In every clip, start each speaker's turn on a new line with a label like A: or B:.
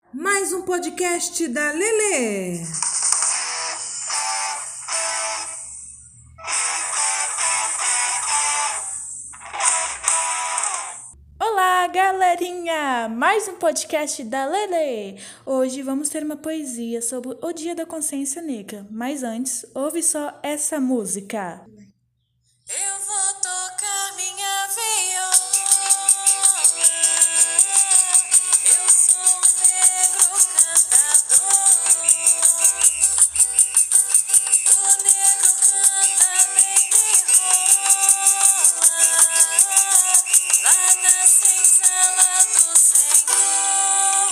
A: Mais um podcast da Lelê.
B: Olá, galerinha! Mais um podcast da Lelê. Hoje vamos ter uma poesia sobre o Dia da Consciência Negra. Mas antes, ouve só essa música.
C: Eu vou tocar minha viola. Eu sou um negro cantador. O negro canta bem que rola lá na senzala do Senhor.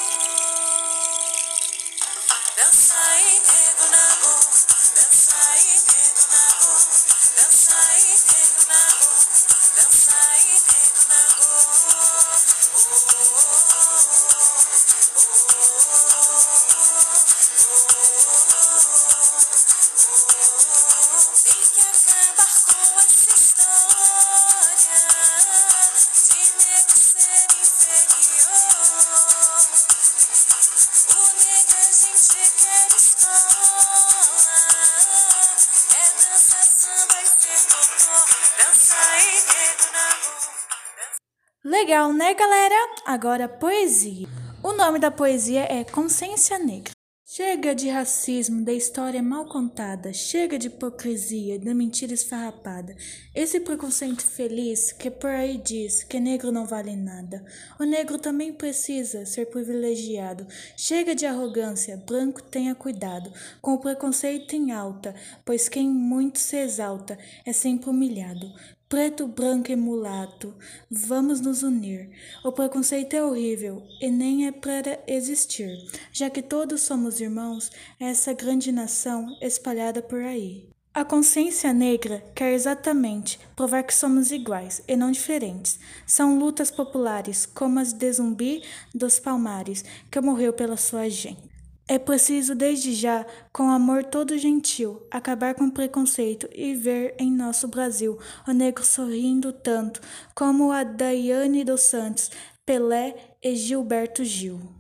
C: Dança aí, nego na rua. Dança aí, nego na rua. Dança aí, nego na rua. Dança aí, nego na rua. Tem que acabar com essa história de nego ser inferior. O negro a gente quer escola. É dança, samba e ser doutor. Dança aí, nego na rua.
B: Legal, né, galera? Agora, poesia. O nome da poesia é Consciência Negra. Chega de racismo, da história mal contada. Chega de hipocrisia, da mentira esfarrapada. Esse preconceito feliz que por aí diz que negro não vale nada. O negro também precisa ser privilegiado. Chega de arrogância, branco tenha cuidado. Com o preconceito em alta, pois quem muito se exalta é sempre humilhado. Preto, branco e mulato, vamos nos unir. O preconceito é horrível e nem é para existir, já que todos somos irmãos, essa grande nação espalhada por aí. A consciência negra quer exatamente provar que somos iguais e não diferentes. São lutas populares, como as de Zumbi dos Palmares, que morreu pela sua gente. É preciso, desde já, com amor todo gentil, acabar com o preconceito e ver em nosso Brasil o negro sorrindo tanto como a Daiane dos Santos, Pelé e Gilberto Gil.